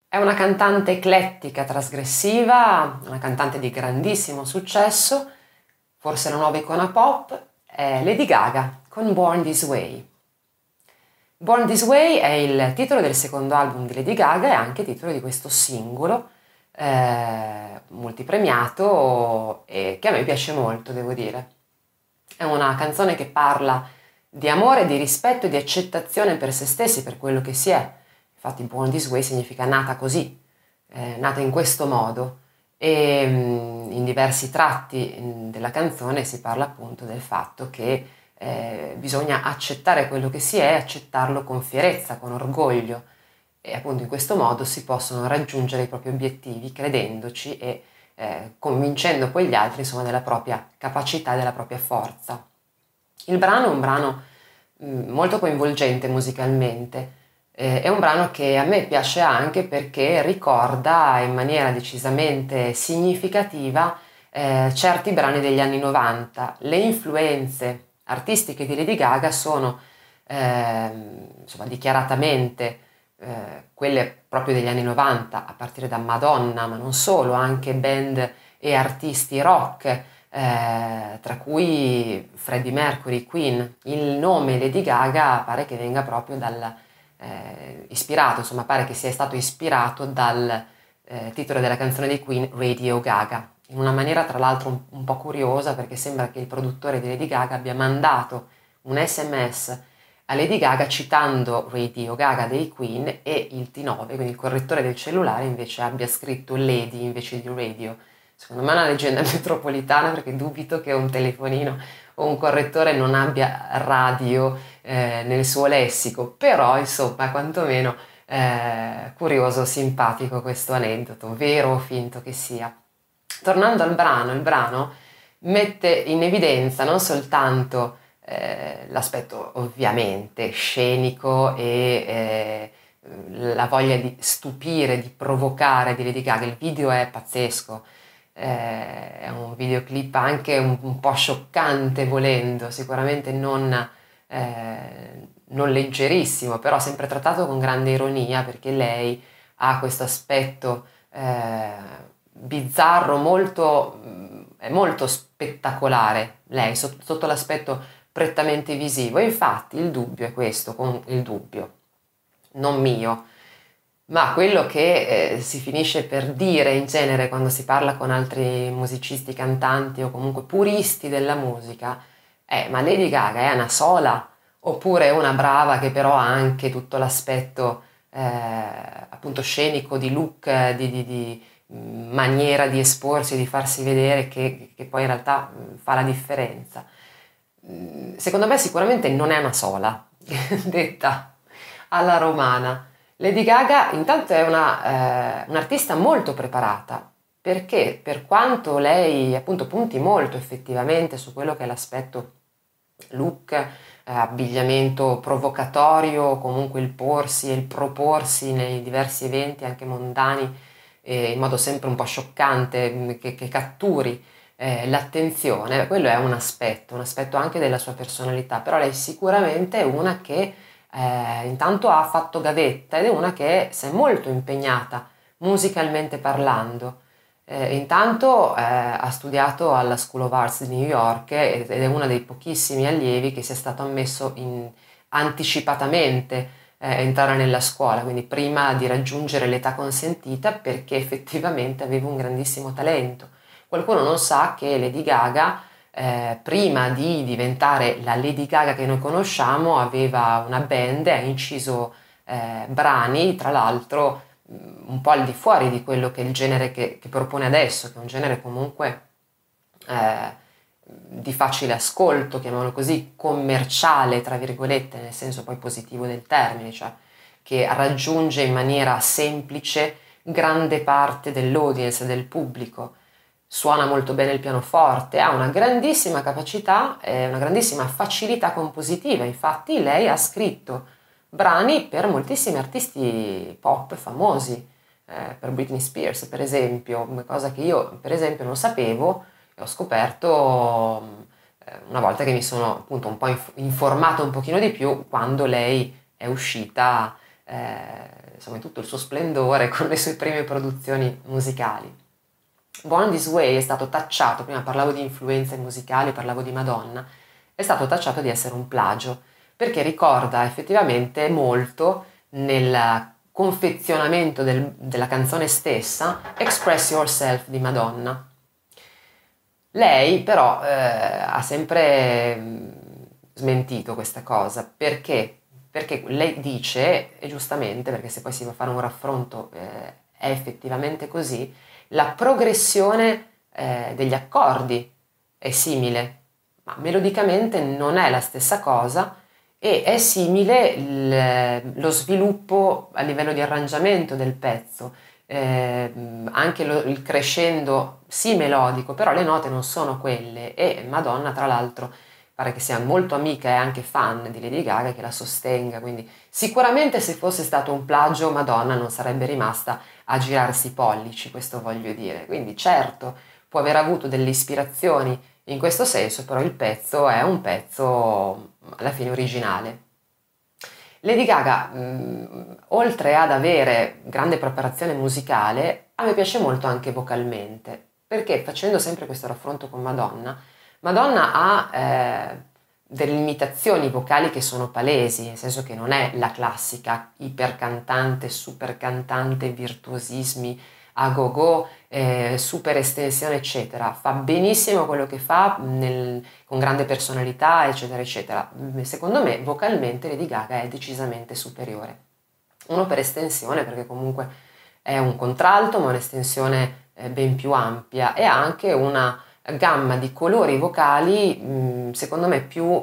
È una cantante eclettica, trasgressiva, una cantante di grandissimo successo, forse la nuova icona pop, è Lady Gaga con Born This Way. Born This Way è il titolo del secondo album di Lady Gaga e anche il titolo di questo singolo multipremiato e che a me piace molto, devo dire. È una canzone che parla di amore, di rispetto e di accettazione per se stessi, per quello che si è. Infatti Born This Way significa nata così, nata in questo modo, e in diversi tratti della canzone si parla appunto del fatto che bisogna accettare quello che si è, accettarlo con fierezza, con orgoglio, e appunto in questo modo si possono raggiungere i propri obiettivi credendoci e convincendo poi gli altri insomma della propria capacità e della propria forza. Il brano è un brano molto coinvolgente musicalmente. È un brano che a me piace anche perché ricorda in maniera decisamente significativa certi brani degli anni 90. Le influenze artistiche di Lady Gaga sono insomma, dichiaratamente quelle proprio degli anni 90, a partire da Madonna, ma non solo, anche band e artisti rock, tra cui Freddie Mercury, Queen. Il nome Lady Gaga pare che venga proprio dal ispirato, insomma pare che sia stato ispirato dal titolo della canzone dei Queen, Radio Gaga, in una maniera tra l'altro un po' curiosa, perché sembra che il produttore di Lady Gaga abbia mandato un SMS a Lady Gaga citando Radio Gaga dei Queen e il T9, quindi il correttore del cellulare, invece abbia scritto Lady invece di Radio. Secondo me è una leggenda metropolitana, perché dubito che un telefonino o un correttore non abbia radio nel suo lessico, però insomma quantomeno curioso, simpatico questo aneddoto, vero o finto che sia. Tornando al brano, il brano mette in evidenza non soltanto l'aspetto ovviamente scenico e la voglia di stupire, di provocare di Lady Gaga. Il video è pazzesco, è un videoclip anche un po' scioccante volendo, sicuramente non leggerissimo, però sempre trattato con grande ironia, perché lei ha questo aspetto bizzarro, è molto spettacolare, lei sotto l'aspetto prettamente visivo. E infatti il dubbio è questo, con il dubbio non mio, ma quello che si finisce per dire in genere quando si parla con altri musicisti, cantanti o comunque puristi della musica è: ma Lady Gaga è una sola? Oppure è una brava che però ha anche tutto l'aspetto appunto scenico, di look, di maniera di esporsi, di farsi vedere, che poi in realtà fa la differenza? Secondo me sicuramente non è una sola, detta alla romana. Lady Gaga intanto è un'artista molto preparata, perché per quanto lei appunto punti molto effettivamente su quello che è l'aspetto look, abbigliamento provocatorio, comunque il porsi e il proporsi nei diversi eventi anche mondani in modo sempre un po' scioccante, che catturi l'attenzione, quello è un aspetto anche della sua personalità, però lei sicuramente è una che intanto ha fatto gavetta ed è una che si è molto impegnata musicalmente parlando. Intanto ha studiato alla School of Arts di New York ed è uno dei pochissimi allievi che sia stato ammesso anticipatamente entrare nella scuola, quindi prima di raggiungere l'età consentita, perché effettivamente aveva un grandissimo talento. Qualcuno non sa che Lady Gaga, prima di diventare la Lady Gaga che noi conosciamo, aveva una band e ha inciso brani, tra l'altro un po' al di fuori di quello che è il genere che propone adesso, che è un genere comunque di facile ascolto, chiamiamolo così, commerciale, tra virgolette, nel senso poi positivo del termine, cioè che raggiunge in maniera semplice grande parte dell'audience, del pubblico. Suona molto bene il pianoforte, ha una grandissima capacità e una grandissima facilità compositiva. Infatti lei ha scritto brani per moltissimi artisti pop famosi, per Britney Spears per esempio, cosa che io per esempio non sapevo e ho scoperto una volta che mi sono appunto un po' informato un pochino di più, quando lei è uscita insomma in tutto il suo splendore con le sue prime produzioni musicali. Born This Way è stato tacciato, prima parlavo di influenze musicali, parlavo di Madonna, è stato tacciato di essere un plagio, perché ricorda effettivamente molto nel confezionamento della canzone stessa Express Yourself di Madonna. Lei però ha sempre smentito questa cosa, perché? Perché lei dice, e giustamente, perché se poi si va a fare un raffronto è effettivamente così, la progressione degli accordi è simile, ma melodicamente non è la stessa cosa e è simile lo sviluppo a livello di arrangiamento del pezzo, anche il crescendo sì melodico, però le note non sono quelle e Madonna tra l'altro pare che sia molto amica e anche fan di Lady Gaga che la sostenga, quindi sicuramente se fosse stato un plagio Madonna non sarebbe rimasta a girarsi i pollici, questo voglio dire, quindi certo può aver avuto delle ispirazioni in questo senso, però il pezzo è un pezzo alla fine originale. Lady Gaga, oltre ad avere grande preparazione musicale, a me piace molto anche vocalmente, perché facendo sempre questo raffronto con Madonna, Madonna ha delle limitazioni vocali che sono palesi, nel senso che non è la classica ipercantante, super cantante, virtuosismi a go-go, super estensione, eccetera. Fa benissimo quello che fa con grande personalità, eccetera, eccetera. Secondo me, vocalmente, Lady Gaga è decisamente superiore. Uno per estensione, perché comunque è un contralto, ma un'estensione ben più ampia e ha anche una gamma di colori vocali, secondo me,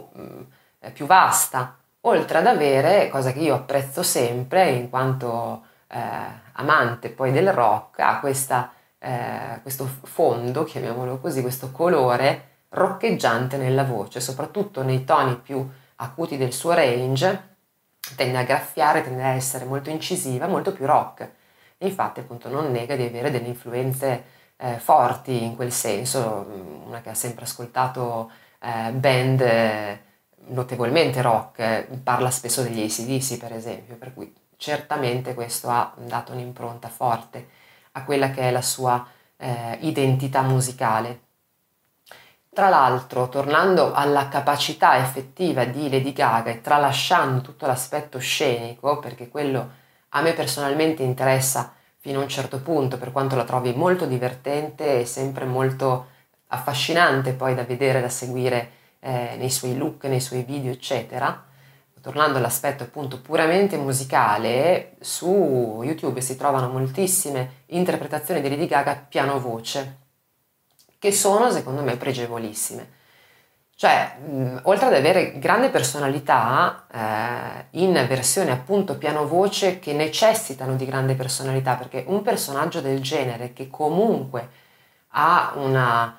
più vasta, oltre ad avere, cosa che io apprezzo sempre, in quanto amante poi del rock, ha questo fondo, chiamiamolo così, questo colore roccheggiante nella voce, soprattutto nei toni più acuti del suo range, tende a graffiare, tende a essere molto incisiva, molto più rock. E infatti appunto non nega di avere delle influenze forti in quel senso, una che ha sempre ascoltato band notevolmente rock, parla spesso degli AC/DC per esempio, per cui certamente questo ha dato un'impronta forte a quella che è la sua identità musicale. Tra l'altro, tornando alla capacità effettiva di Lady Gaga e tralasciando tutto l'aspetto scenico, perché quello a me personalmente interessa fino a un certo punto, per quanto la trovi molto divertente e sempre molto affascinante poi da vedere, da seguire nei suoi look, nei suoi video, eccetera. Tornando all'aspetto appunto puramente musicale, su YouTube si trovano moltissime interpretazioni di Lady Gaga piano-voce, che sono secondo me pregevolissime. Cioè, oltre ad avere grande personalità, in versione appunto piano-voce che necessitano di grande personalità, perché un personaggio del genere che comunque ha una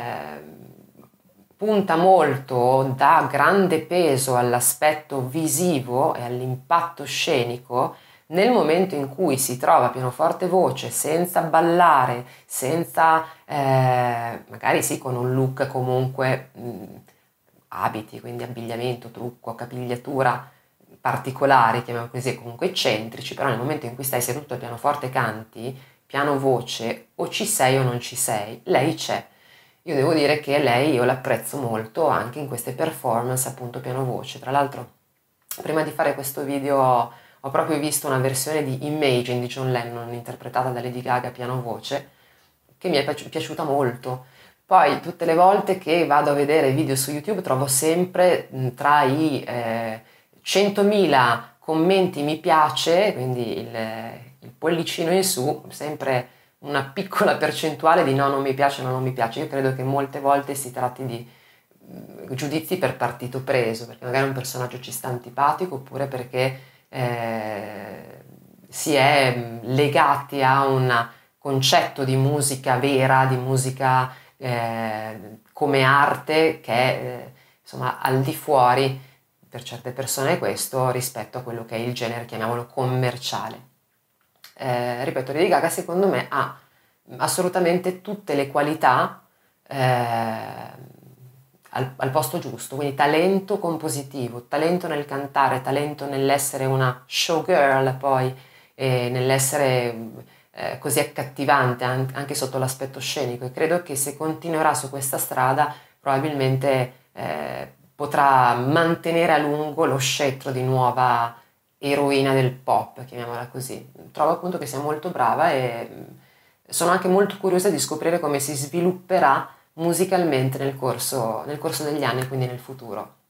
punta molto, dà grande peso all'aspetto visivo e all'impatto scenico, nel momento in cui si trova pianoforte voce senza ballare, senza magari sì con un look comunque abiti, quindi abbigliamento, trucco, capigliatura particolari, chiamiamo così, comunque eccentrici, però nel momento in cui stai seduto al pianoforte e canti, piano voce, o ci sei o non ci sei, lei c'è. Io devo dire che lei io l'apprezzo molto anche in queste performance appunto piano voce. Tra l'altro, prima di fare questo video ho proprio visto una versione di Imagine di John Lennon interpretata da Lady Gaga piano voce che mi è piaciuta molto. Poi tutte le volte che vado a vedere video su YouTube trovo sempre tra i 100.000 commenti mi piace, quindi il pollicino in su, sempre una piccola percentuale di no, non mi piace, no, non mi piace. Io credo che molte volte si tratti di giudizi per partito preso, perché magari un personaggio ci sta antipatico oppure perché si è legati a un concetto di musica vera, di musica come arte che è insomma al di fuori per certe persone questo rispetto a quello che è il genere, chiamiamolo commerciale. Ripeto, Lady Gaga secondo me ha assolutamente tutte le qualità al posto giusto, quindi talento compositivo, talento nel cantare, talento nell'essere una showgirl poi, e nell'essere così accattivante anche sotto l'aspetto scenico, e credo che se continuerà su questa strada probabilmente potrà mantenere a lungo lo scettro di nuova eroina del pop, chiamiamola così. Trovo appunto che sia molto brava e sono anche molto curiosa di scoprire come si svilupperà musicalmente nel corso degli anni, quindi nel futuro.